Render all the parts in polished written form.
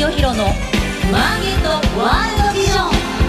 清弘のマーケットワールドビジョン。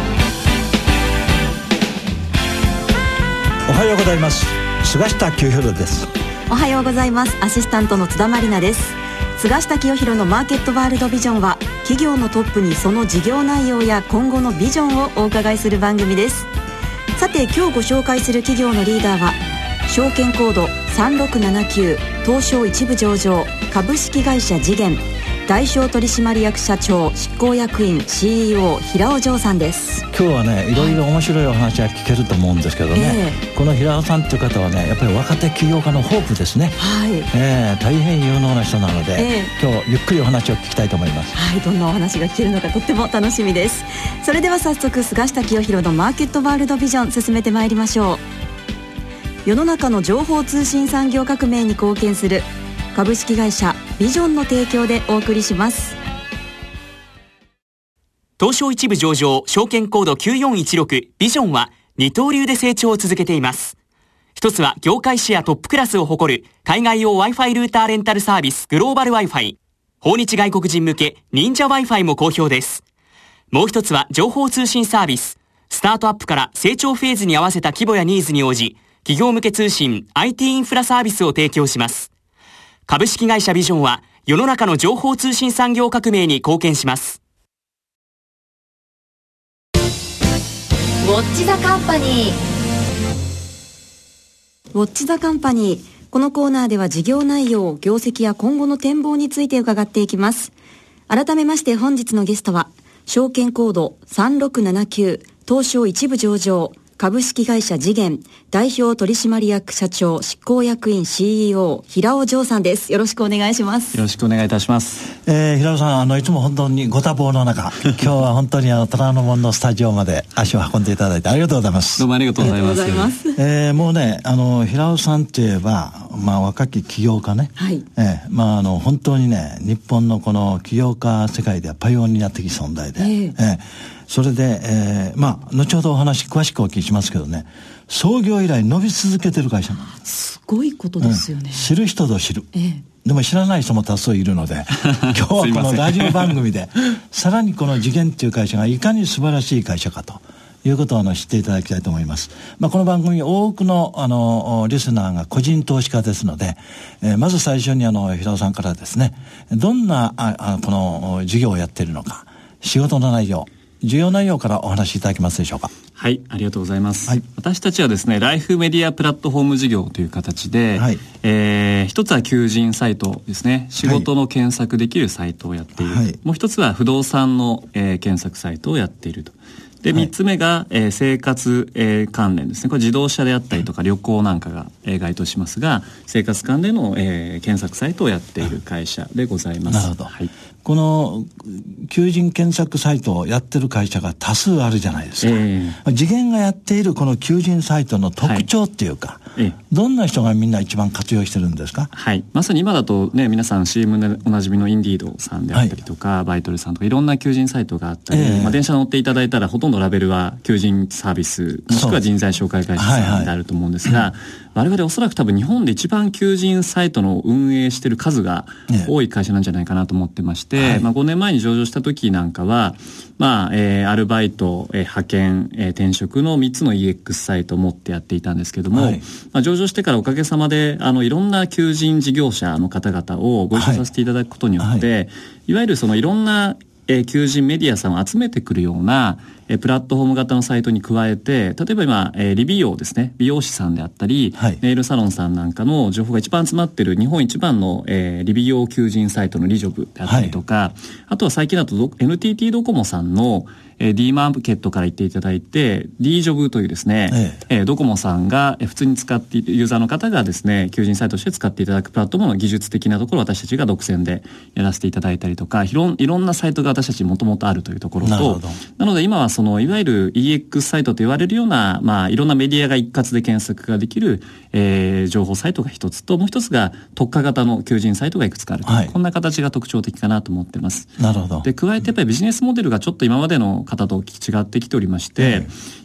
おはようございます。菅下清弘です。 おはようございます。アシスタントの津田まりなです。菅下清弘のマーケットワールドビジョンは、企業のトップにその事業内容や今後のビジョンをお伺いする番組です。さて、今日ご紹介する企業のリーダーは、証券コード3679東証一部上場株式会社次元代表取締役社長執行役員 CEO 平尾譲さんです。 今日はね、いろいろ面白いお話が聞けると思うんですけどね、この平尾さんという方はね、やっぱり若手起業家のホープですね。大変有能な人なので、今日ゆっくりお話を聞きたいと思います。 どんなお話が聞けるのかとっても楽しみです。それでは早速、菅下清弘のマーケットワールドビジョン進めてまいりましょう。世の中の情報通信産業革命に貢献する株式会社ビジョンの提供でお送りします。 東証一部上場証券コード9416ビジョンは二刀流で成長を続けています。一つは業界シェアトップクラスを誇る海外用 Wi-Fi ルーターレンタルサービスグローバル Wi-Fi、 訪日外国人向け忍者 Wi-Fi も好評です。もう一つは情報通信サービス。スタートアップから成長フェーズに合わせた規模やニーズに応じ、企業向け通信 IT インフラサービスを提供します。株式会社ビジョンは世の中の情報通信産業革命に貢献します。 ウォッチザカンパニー。 ウォッチザカンパニー。このコーナーでは事業内容、業績や今後の展望について伺っていきます。改めまして本日のゲストは、証券コード3679東証一部上場株式会社次元代表取締役社長執行役員 CEO 平尾譲さんです。よろしくお願いします。 よろしくお願いいたします。 平尾さん、いつも本当にご多忙の中今日は本当に虎ノ門のスタジオまで足を運んでいただいてありがとうございます。 どうもありがとうございます。 もうね、平尾さんといえば、若き起業家ね、本当にね、日本のこの起業家世界ではパイオニア的存在で、それで、後ほどお話詳しくお聞きしますけどね、創業以来伸び続けてる会社なんです。 すごいことですよね。 知る人ぞ知る、でも知らない人も多数いるので今日はこのラジオ番組でさらにこの次元という会社がいかに素晴らしい会社かということを知っていただきたいと思います。この番組多くのリスナーが個人投資家ですので、まず最初に平尾さんからですね、どんなこの事業をやっているのか、仕事の内容、需要内容からお話しいただけますでしょうか。 はい、ありがとうございます。私たちはですね、ライフメディアプラットフォーム事業という形で、一つは求人サイトですね、仕事の検索できるサイトをやっている、もう一つは不動産の、検索サイトをやっていると。で、三つ目が、生活、関連ですね。これ自動車であったりとか旅行なんかが、該当しますが、生活関連の、検索サイトをやっている会社でございます。 なるほど。この求人検索サイトをやってる会社が多数あるじゃないですか。次元がやっているこの求人サイトの特徴っていうか、どんな人がみんな一番活用してるんですか。 まさに今だとね、皆さん CM でおなじみのインディードさんであったりとか、バイトルさんとかいろんな求人サイトがあったり、電車乗っていただいたらほとんどラベルは求人サービスもしくは人材紹介会社さんであると思うんですが、我々おそらく多分日本で一番求人サイトの運営している数が多い会社なんじゃないかなと思ってまして、5年前に上場した時なんかは、アルバイト、派遣、転職の3つの EX サイトを持ってやっていたんですけども、上場してからおかげさまでいろんな求人事業者の方々をご一緒させていただくことによって、いわゆるそのいろんな求人メディアさんを集めてくるようなプラットフォーム型のサイトに加えて、例えば今理美容ですね、美容師さんであったり、ネイルサロンさんなんかの情報が一番集まっている日本一番の理美容求人サイトのリジョブであったりとか、あとは最近だとNTT ドコモさんのD マーケットから言っていただいて D ジョブというですね、ドコモさんが普通に使っているユーザーの方がですね、求人サイトとして使っていただくプラットフォームの技術的なところを私たちが独占でやらせていただいたりとか、いろんなサイトが私たちもともとあるというところと、なので今はそのいわゆる EX サイトと言われるような、いろんなメディアが一括で検索ができる、情報サイトが一つと、もう一つが特化型の求人サイトがいくつかあると、こんな形が特徴的かなと思ってます。 なるほど。 で、加えてやっぱりビジネスモデルがちょっと今までの方と違ってきておりまして、や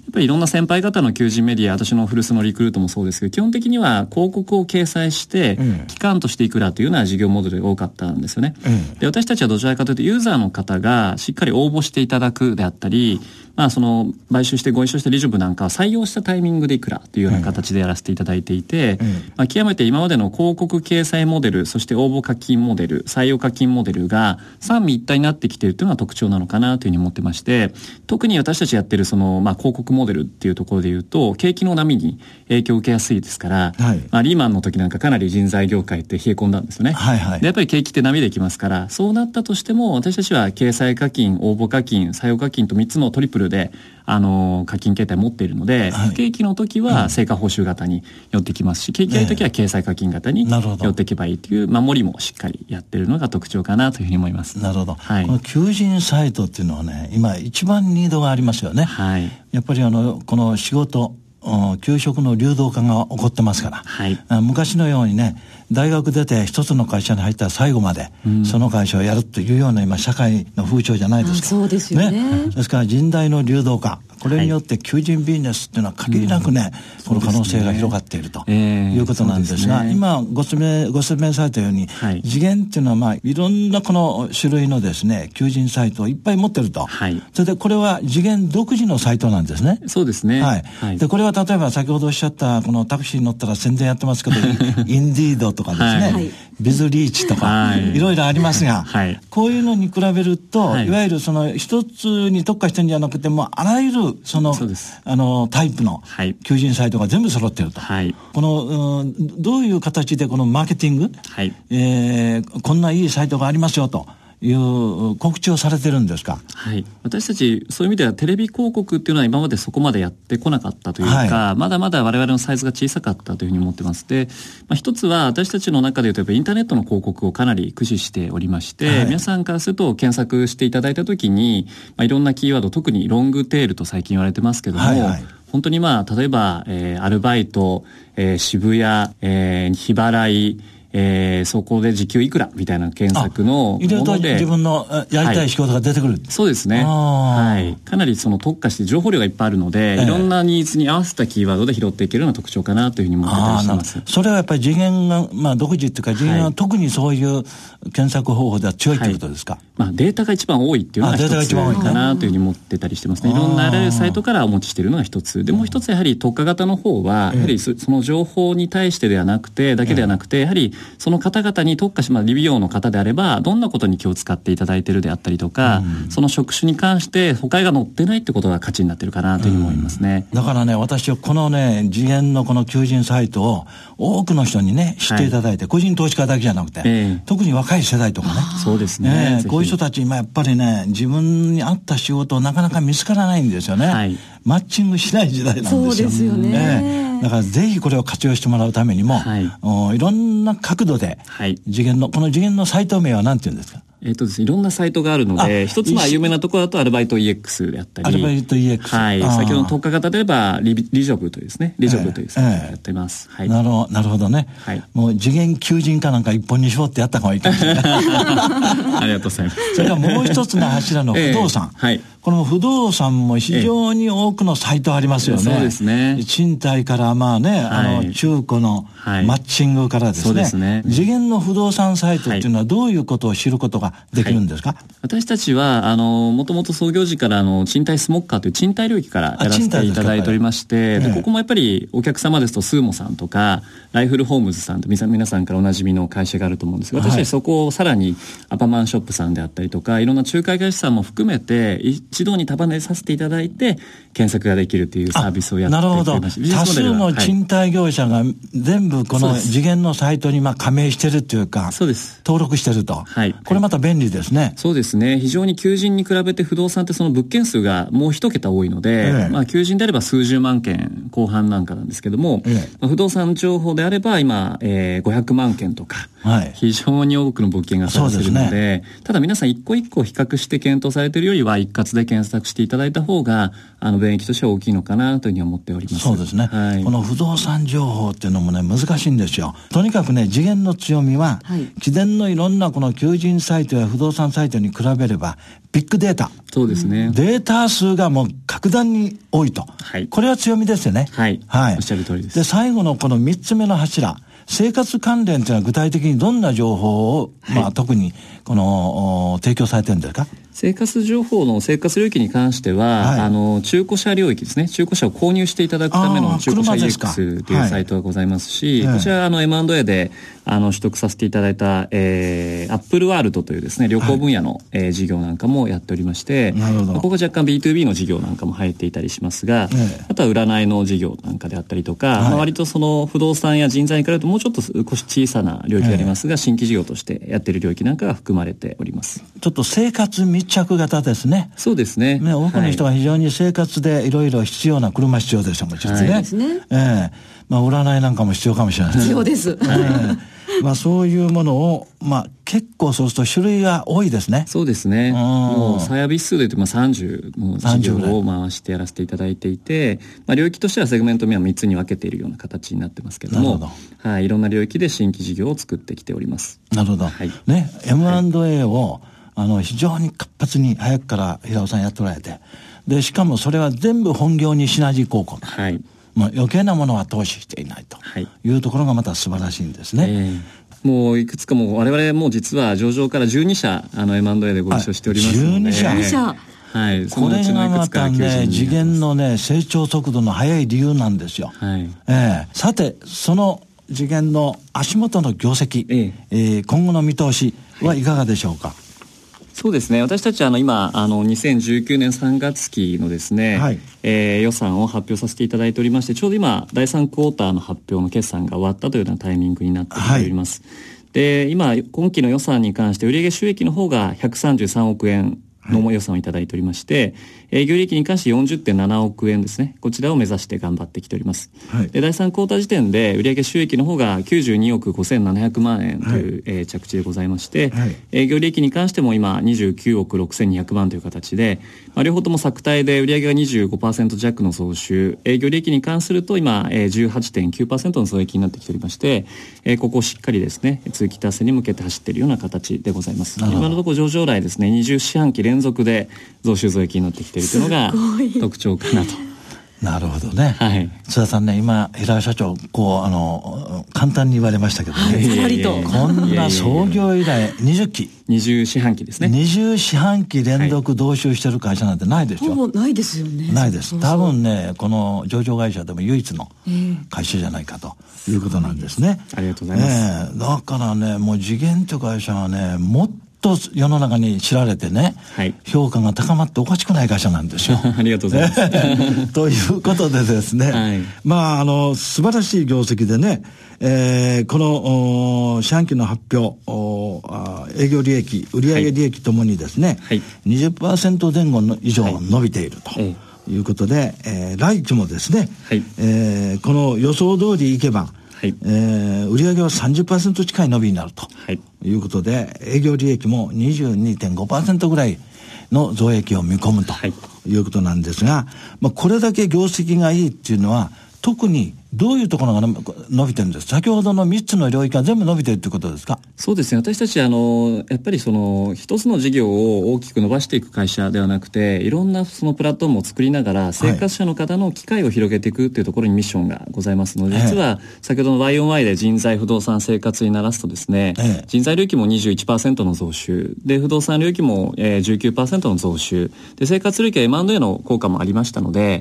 ぱりいろんな先輩方の求人メディア、私の古巣のリクルートもそうですけど、基本的には広告を掲載して、期間としていくらというような事業モデルが多かったんですよね。で、私たちはどちらかというと、ユーザーの方がしっかり応募していただくであったり、その買収してご一緒したリジョブなんかは採用したタイミングでいくらというような形でやらせていただいていて、極めて今までの広告掲載モデル、そして応募課金モデル、採用課金モデルが三位一体になってきているというのが特徴なのかなというふうに思ってまして、特に私たちやってるその、広告モデルっていうところで言うと、景気の波に影響を受けやすいですから、リーマンの時なんかかなり人材業界って冷え込んだんですよね。で、やっぱり景気って波できますから、そうなったとしても私たちは掲載課金、応募課金、採用課金と3つのトリプルで課金形態持っているので、不景気の時は成果報酬型に寄ってきますし、景気がいい時は掲載課金型に寄っていけばいいという守りもしっかりやっているのが特徴かなというふうに思います。 なるほど。この求人サイトっていうのはね、今一番ニードがありますよね。やっぱりこの仕事、求職の流動化が起こってますから、昔のようにね、大学出て一つの会社に入ったら最後までその会社をやるというような今社会の風潮じゃないですか。 そうですよね。 ですから人材の流動化、これによって求人ビジネスっていうのは限りなくね、この可能性が広がっているということなんですが、今ご説明されたように、次元っていうのはいろんなこの種類のですね、求人サイトをいっぱい持ってると。それでこれは次元独自のサイトなんですね。 そうですね。 で、これは例えば先ほどおっしゃったこのタクシーに乗ったら宣伝やってますけど、インディードとかですね、ビズリーチとか、いろいろありますが、こういうのに比べると、いわゆるその一つに特化してるんじゃなくても、あらゆるそのタイプの求人サイトが全部揃っていると。このどういう形でこのマーケティング、こんないいサイトがありますよという告知をされてるんですか。 私たちそういう意味ではテレビ広告っていうのは今までそこまでやってこなかったというか、まだまだ我々のサイズが小さかったというふうに思ってます。で、一つは私たちの中でいうとやっぱりインターネットの広告をかなり駆使しておりまして、皆さんからすると検索していただいたときに、いろんなキーワード、特にロングテールと最近言われてますけども、本当に例えば、アルバイト、渋谷、日払い、そこで時給いくらみたいな検索のもので入れると自分のやりたい仕事が出てくる、 そうですね。かなりその特化して情報量がいっぱいあるので、いろんなニーズに合わせたキーワードで拾っていけるような特徴かなというふうに思ってたりします。 それはやっぱり次元が、独自っていうか次元は特にそういう検索方法では強いということですか。 データが一番多いっていうのが一つかなというふうに思ってたりしてますね。いろんなあらゆるサイトからお持ちしているのが一つで、もう一つやはり特化型の方は、やはりその情報に対してではなくてだけではなくて、やはりその方々に特化し、理美容の方であればどんなことに気を使っていただいているであったりとか、その職種に関して他が載ってないってことが価値になっているかなというふうに思いますね。 だからね、私はこのね、次元のこの求人サイトを多くの人にね知っていただいて、個人投資家だけじゃなくて、特に若い世代とかね、 そうですね、 こういう人たち今やっぱりね、自分に合った仕事をなかなか見つからないんですよね。マッチングしない時代なんですよ。 そうですよね。 だからぜひこれを活用してもらうためにも、いろんな角度で、次元のこの次元のサイト名は何て言うんですか。 ですね、いろんなサイトがあるので、一つ有名なところだとアルバイト EX であったり、 アルバイト EX、 先ほどの特化型であればリジョブというですね、リジョブというサイトをやってます。 なるほどね。もう次元求人かなんか一本に絞ってやった方がいいかもしれない。 ありがとうございます。 それからもう一つの柱の不動産。この不動産も非常に多くのサイトありますよね。 そうですね。 賃貸から中古のマッチングからですね。そうですね。次元の不動産サイトっていうのはどういうことを知ることができるんですか。 私たちはもともと創業時から賃貸スモッカーという賃貸領域からやらせていただいておりまして、でここもやっぱりお客様ですとスーモさんとかライフルホームズさんと皆さんからおなじみの会社があると思うんですが、私たちそこをさらにアパマンショップさんであったりとかいろんな仲介会社さんも含めて一度に束ねさせていただいて検索ができるというサービスをやっていました。 多数の賃貸業者が全部この次元のサイトに加盟してるっていうか、 そうです、 登録してると、これまた便利ですね。 そうですね。非常に求人に比べて不動産ってその物件数がもう一桁多いので、求人であれば数十万件後半なんかなんですけども、不動産情報であれば今、500万件とか、非常に多くの物件が探せるので、ただ皆さん一個一個比較して検討されているよりは一括で検索していただいた方が便益としては大きいのかなというふうに思っております。 そうですね、はい、この不動産情報っていうのもね難しいんですよ。とにかくね次元の強みは、はい、既存のいろんなこの求人サイトや不動産サイトに比べればビッグデータ、 そうですね、 データ数がもう格段に多いと、はい、これは強みですよね。 はい、はい、おっしゃる通りです。 で最後のこの3つ目の柱、生活関連というのは具体的にどんな情報を、はい、特にこの提供されてるんですか？ 生活情報の生活領域に関しては、はい、中古車領域ですね。中古車を購入していただくための中古車 EX というサイトがございますし、はい、こちらM&A で取得させていただいた、アップルワールドというですね旅行分野の、事業なんかもやっておりまして、ここが若干 B2B の事業なんかも入っていたりしますが、あとは占いの事業なんかであったりとか、はい、割とその不動産や人材に比べるともうちょっと少し小さな領域でありますが、新規事業としてやっている領域なんかが含まれております。 ちょっと生活密着型ですね。 そうですね。 多くの人が非常に生活でいろいろ必要な車必要でしょうもちろんね。はい、ですね。占いなんかも必要かもしれない。 必要です。 そういうものを、結構そうすると種類が多いですね。 そうですね。もうサービス数で言うと30の事業を回してやらせていただいていて、領域としてはセグメント目は3つに分けているような形になってますけども、はい、いろんな領域で新規事業を作ってきております。 なるほど。はい、ね、M&A を、非常に活発に早くから平尾さんやっておられて、でしかもそれは全部本業にシナジー効果、はい、余計なものは投資していないというところがまた素晴らしいんですね。 もういくつかも我々も実は上場から12社M&A でご一緒しておりますので、 12 社、 はい、 これがまたね次元のね成長速度の速い理由なんですよ。はい、さてその次元の足元の業績、今後の見通しはいかがでしょうか？ そうですね。私たち今2019年3月期のですね、はい、予算を発表させていただいておりまして、ちょうど今第3クォーターの発表の決算が終わったというようなタイミングになってきております。はい、で今期の予算に関して売上収益の方が133億円の予算をいただいておりまして、営業利益に関して 40.7 億円ですね。こちらを目指して頑張ってきております。はい、で第3クォーター時点で売上収益の方が92億5700万円という、はい、着地でございまして、はい、営業利益に関しても今29億6200万という形で、両方とも昨対で売上が 25% 弱の増収、営業利益に関すると今 18.9% の増益になってきておりまして、ここをしっかりですね通期達成に向けて走っているような形でございます。今のところ上場来ですね20四半期連続で増収増益になってきているというのが特徴かなと。 なるほどね。はい。津田さんね、今平尾社長簡単に言われましたけどね。こんな創業以来20 四半期ですね。 20四半期連続増収してる会社なんてないでしょ。 ほぼないですよね。 ないです。多分ねこの上場会社でも唯一の会社じゃないかということなんですね。 ありがとうございます。 だからねもう次元という会社はねもっと世の中に知られてね、はい、評価が高まっておかしくない会社なんですよ。 ありがとうございます。 ということでですね、はい、素晴らしい業績でね、この四半期の発表営業利益売上利益ともにですね、はい、20% 前後の以上伸びているということで、来期もですね、はい、この予想通りいけばはい、売上は 30% 近い伸びになるということで、はい、営業利益も 22.5% ぐらいの増益を見込むということなんですが、これだけ業績がいいっていうのは特にどういうところが伸びてるんですか？先ほどの3つの領域が全部伸びてるということですか？ そうですね。私たちやっぱりその一つの事業を大きく伸ばしていく会社ではなくて、いろんなそのプラットフォームを作りながら生活者の方の機会を広げていくというところにミッションがございますので、実は先ほどの Y4Y で人材不動産生活にならすとですね、人材領域も 21% の増収で、不動産領域も 19% の増収で、生活領域は M&A の効果もありましたので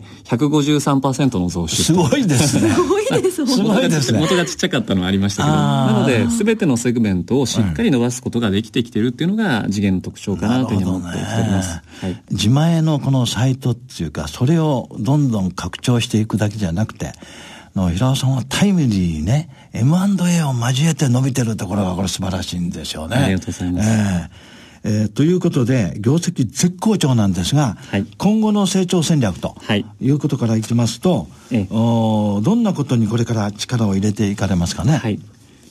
153% の増収。 すごいですね。 すごいですすごいですね。 元がちっちゃかったのはありましたけど、なので全てのセグメントをしっかり伸ばすことができてきているっていうのが次元の特徴かなというふうに思ってきております。はい、 自前のこのサイトっていうか、それをどんどん拡張していくだけじゃなくて、平尾さんはタイムリーにね M&A を交えて伸びてるところがこれ素晴らしいんですよね。 ありがとうございます。 ということで業績絶好調なんですが、はい、今後の成長戦略ということからいきますと、どんなことにこれから力を入れていかれますかね？ はい、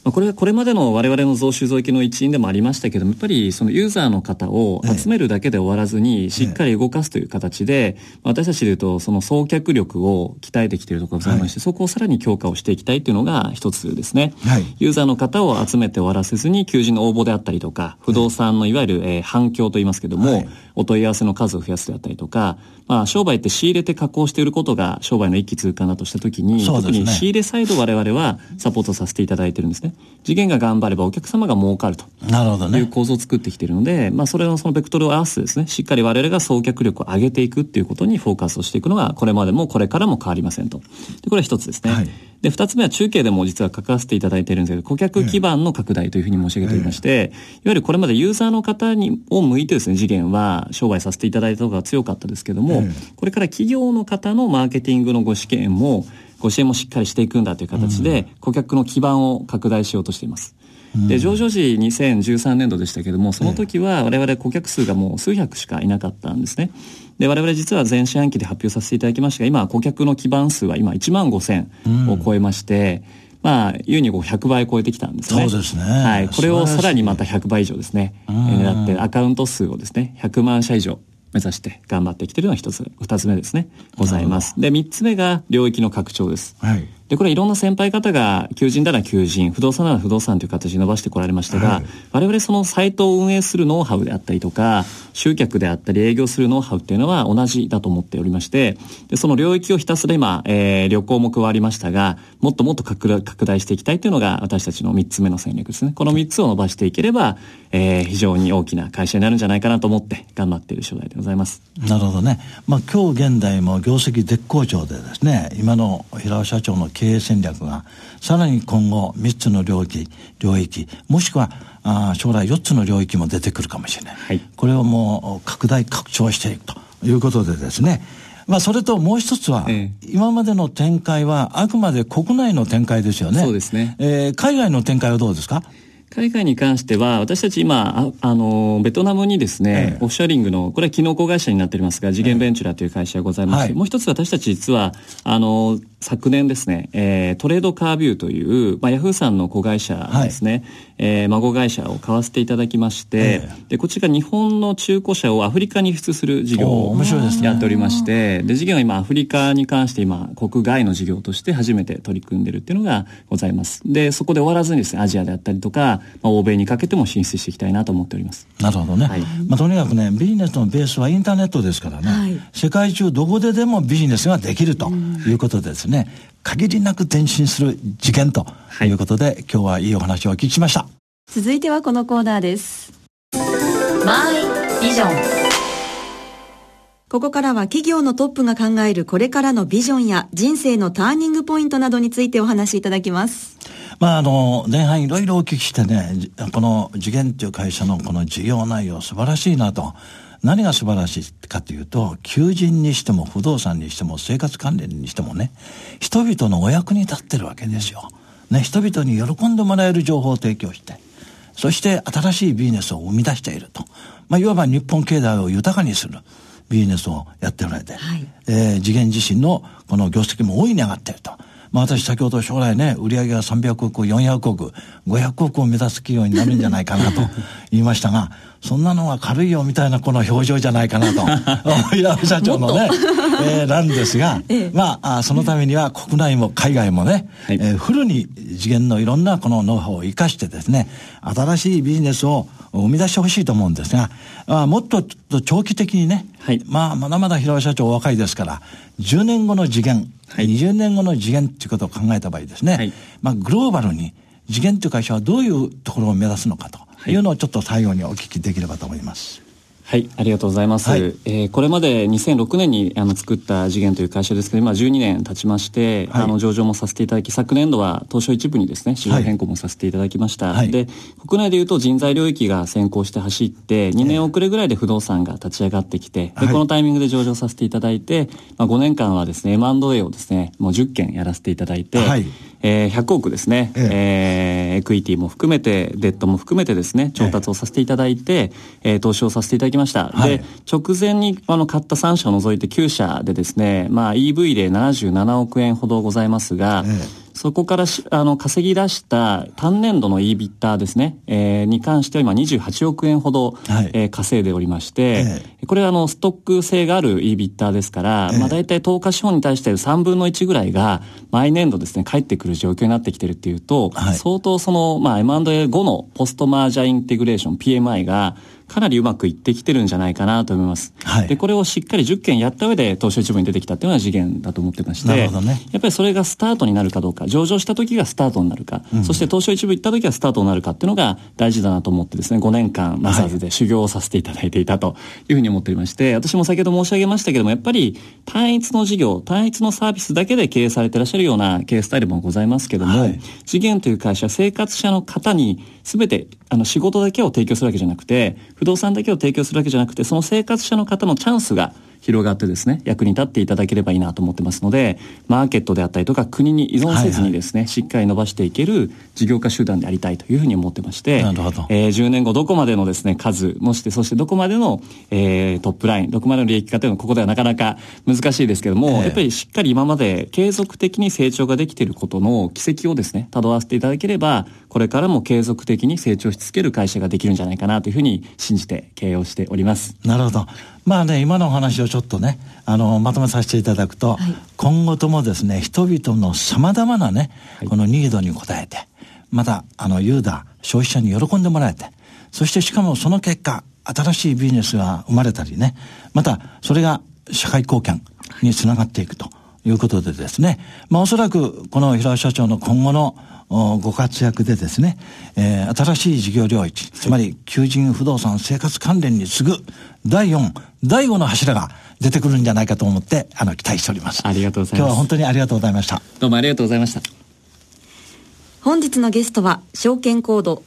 これはこれまでの我々の増収増益の一因でもありましたけども、やっぱりそのユーザーの方を集めるだけで終わらずにしっかり動かすという形で、私たちでいうとその送客力を鍛えてきているところがございまして、そこをさらに強化をしていきたいというのが一つですね。ユーザーの方を集めて終わらせずに求人の応募であったりとか、不動産のいわゆる、反響といいますけども、お問い合わせの数を増やすであったりとか、商売って仕入れて加工していることが商売の一気通貫だとしたときに、特に仕入れサイド我々はサポートさせていただいてるんですね。次元が頑張ればお客様が儲かるという構造を作ってきているので、それのそのベクトルを合わせてですね、しっかり我々が送客力を上げていくっていうことにフォーカスをしていくのがこれまでもこれからも変わりませんと。でこれは一つですね。で二つ目は中継でも実は書かせていただいているんですけど、顧客基盤の拡大というふうに申し上げておりまして、いわゆるこれまでユーザーの方を向いてですね、次元は商売させていただいた方が強かったですけども、これから企業の方のマーケティングのご支援もしっかりしていくんだという形で、顧客の基盤を拡大しようとしています。で上場時2013年度でしたけども、その時は我々顧客数がもう数百しかいなかったんですね。で我々実は前四半期で発表させていただきましたが、今顧客の基盤数は今1万5000を超えまして、優に100倍超えてきたんですね。 そうですね。 これをさらにまた100倍以上ですね、狙ってアカウント数をですね100万社以上目指して頑張ってきているのが2つ目ですね、ございます。で3つ目が領域の拡張です。でこれいろんな先輩方が求人なら求人、不動産なら不動産という形に伸ばしてこられましたが、我々そのサイトを運営するノウハウであったりとか、集客であったり営業するノウハウっていうのは同じだと思っておりまして、でその領域をひたすら今、旅行も加わりましたが、もっともっと拡大していきたいというのが私たちの3つ目の戦略ですね。この3つを伸ばしていければ、非常に大きな会社になるんじゃないかなと思って頑張っている初代でございます。 なるほどね。今日現代も業績絶好調でですね、今の平尾社長の経営戦略がさらに今後3つの領域もしくは将来4つの領域も出てくるかもしれない、これをもう拡張していくということでですね、それともう一つは、今までの展開はあくまで国内の展開ですよね。 そうですね。 海外の展開はどうですか？ 海外に関しては私たち今ベトナムにですね、オフショアリングのこれは機能子会社になっておりますが、次元ベンチュラーという会社がございまして、もう一つ私たち実は昨年ですね、トレードカービューという、ヤフーさんの子会社ですね、孫会社を買わせていただきまして、でこちらが日本の中古車をアフリカに輸出する事業をやっておりまして、で事業は今アフリカに関して今国外の事業として初めて取り組んでいるっていうのがございます。でそこで終わらずにですね、アジアであったりとか、欧米にかけても進出していきたいなと思っております。 なるほどね。とにかくね、ビジネスのベースはインターネットですからね、世界中どこででもビジネスができるということですね。限りなく前進する次元ということで、今日はいいお話をお聞きしました。 続いてはこのコーナーです。 マイビジョン。 ここからは企業のトップが考えるこれからのビジョンや人生のターニングポイントなどについてお話しいただきます。 前半いろいろお聞きしてね、この次元という会社のこの事業内容素晴らしいなと。何が素晴らしいかというと、求人にしても不動産にしても生活関連にしてもね、人々のお役に立ってるわけですよ。人々に喜んでもらえる情報を提供して、そして新しいビジネスを生み出していると。いわば日本経済を豊かにするビジネスをやっておられて、次元自身のこの業績も大いに上がっていると。私先ほど将来ね、売上が300億、400億、500億を目指す企業になるんじゃないかなと言いましたが、そんなのは軽いよみたいなこの表情じゃないかなと平尾社長のねなんですが、そのためには国内も海外もね、フルに次元のいろんなこのノウハウを生かしてですね、新しいビジネスを生み出してほしいと思うんですが、もっと長期的にね、まだまだ平尾社長お若いですから、10年後の次元、20年後の次元ということを考えた場合ですね、グローバルに次元という会社はどういうところを目指すのかというのをちょっと最後にお聞きできればと思います。 はい、ありがとうございます。これまで2006年に作った次元という会社ですけど、今12年経ちまして、上場もさせていただき、昨年度は東証一部にですね、市場変更もさせていただきました。で、国内でいうと人材領域が先行して走って、2年遅れぐらいで不動産が立ち上がってきて、で、このタイミングで上場させていただいて、5年間はですね、M&A をですね、もう10件やらせていただいて、100億ですね、エクイティも含めてデッドも含めてですね、調達をさせていただいて、投資をさせていただきました。で、直前に買った3社を除いて9社でですね、EV で77億円ほどございますが、 そこから稼ぎ出した単年度の EBITDA ですね、に関しては今28億円ほど、稼いでおりまして、これはストック性がある EBITDA ですから、だいたい当価資本に対して3分の1ぐらいが毎年度ですね、返ってくる状況になってきてるっていうと、相当M&A 後のポストマージャーインテグレーション PMI がかなりうまくいってきてるんじゃないかなと思います。で、これをしっかり10件やった上で東証一部に出てきたっていうのが次元だと思ってまして、やっぱりそれがスタートになるかどうか、上場した時がスタートになるか、そして東証一部行った時がスタートになるかっていうのが大事だなと思ってですね、5年間マザーズで修行をさせていただいていたというふうに思っておりまして、私も先ほど申し上げましたけども、やっぱり単一の事業、単一のサービスだけで経営されていらっしゃるような経営スタイルもございますけども、次元という会社、生活者の方に全て仕事だけを提供するわけじゃなくて、不動産だけを提供するわけじゃなくて、その生活者の方のチャンスが広がってですね、役に立っていただければいいなと思ってますので、マーケットであったりとか国に依存せずにですね、しっかり伸ばしていける事業家集団でありたいというふうに思ってまして、10年後どこまでのですね、数、そしてどこまでの、トップライン、どこまでの利益かというのはここではなかなか難しいですけども、やっぱりしっかり今まで継続的に成長ができていることの軌跡をですね、辿わせていただければ、これからも継続的に成長し続ける会社ができるんじゃないかなというふうに信じて経営をしております。 なるほど。今のお話をちょっとね、まとめさせていただくと、今後ともですね、人々の様々なね、このニードに応えて、また、ユーザー、消費者に喜んでもらえて、そしてしかもその結果、新しいビジネスが生まれたりね、また、それが社会貢献につながっていくということでですね、おそらく、この平尾社長の今後のご活躍でですね、新しい事業領域、つまり求人不動産生活関連に次ぐ第4、第5の柱が出てくるんじゃないかと思って期待しております。 ありがとうございます。 今日は本当にありがとうございました。 どうもありがとうございました。 本日のゲストは証券コード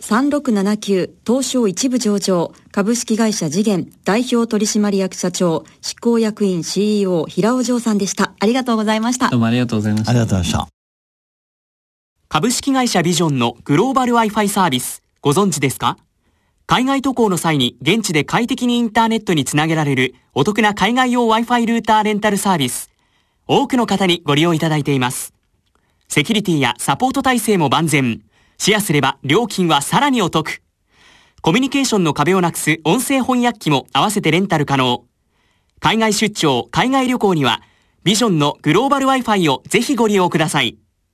3679東証一部上場株式会社次元代表取締役社長執行役員 CEO 平尾譲さんでした。ありがとうございました。 どうもありがとうございました。 ありがとうございました。 株式会社ビジョンのグローバル Wi-Fi サービス、ご存知ですか？海外渡航の際に現地で快適にインターネットにつなげられるお得な海外用 Wi-Fi ルーターレンタルサービス。多くの方にご利用いただいています。セキュリティやサポート体制も万全。シェアすれば料金はさらにお得。コミュニケーションの壁をなくす音声翻訳機も合わせてレンタル可能。海外出張、海外旅行にはビジョンのグローバル Wi-Fi をぜひご利用ください。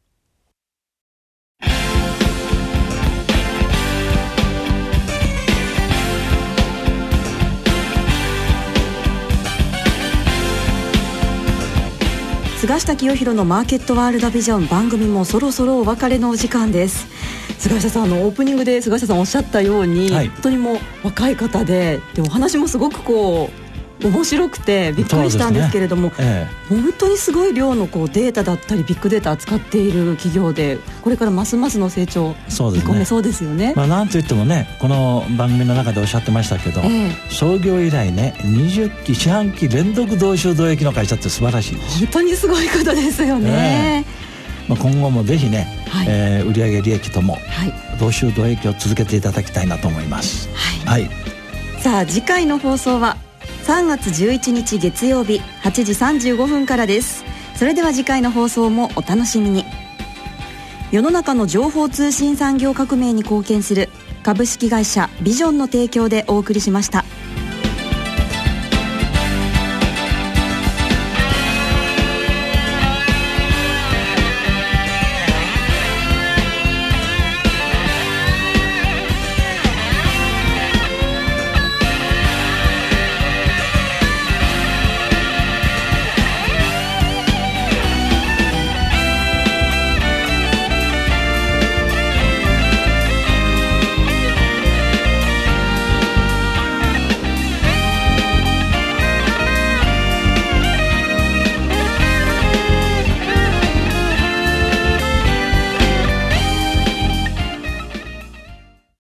菅下清弘のマーケットワールドビジョン、番組もそろそろお別れのお時間です。菅下さん、オープニングで菅下さんおっしゃったように、本当にもう若い方でお話もすごく面白くてびっくりしたんですけれども、本当にすごい量のデータだったりビッグデータ扱っている企業で、これからますますの成長見込めそうですよね。 なんといってもね、この番組の中でおっしゃってましたけど、創業以来ね20期四半期連続同収同益の会社って素晴らしいです。 本当にすごいことですよね。 今後もぜひね、売上利益とも同収同益を続けていただきたいなと思います。 さあ次回の放送は3月11日月曜日8時35分からです。それでは次回の放送もお楽しみに。世の中の情報通信産業革命に貢献する株式会社ビジョンの提供でお送りしました。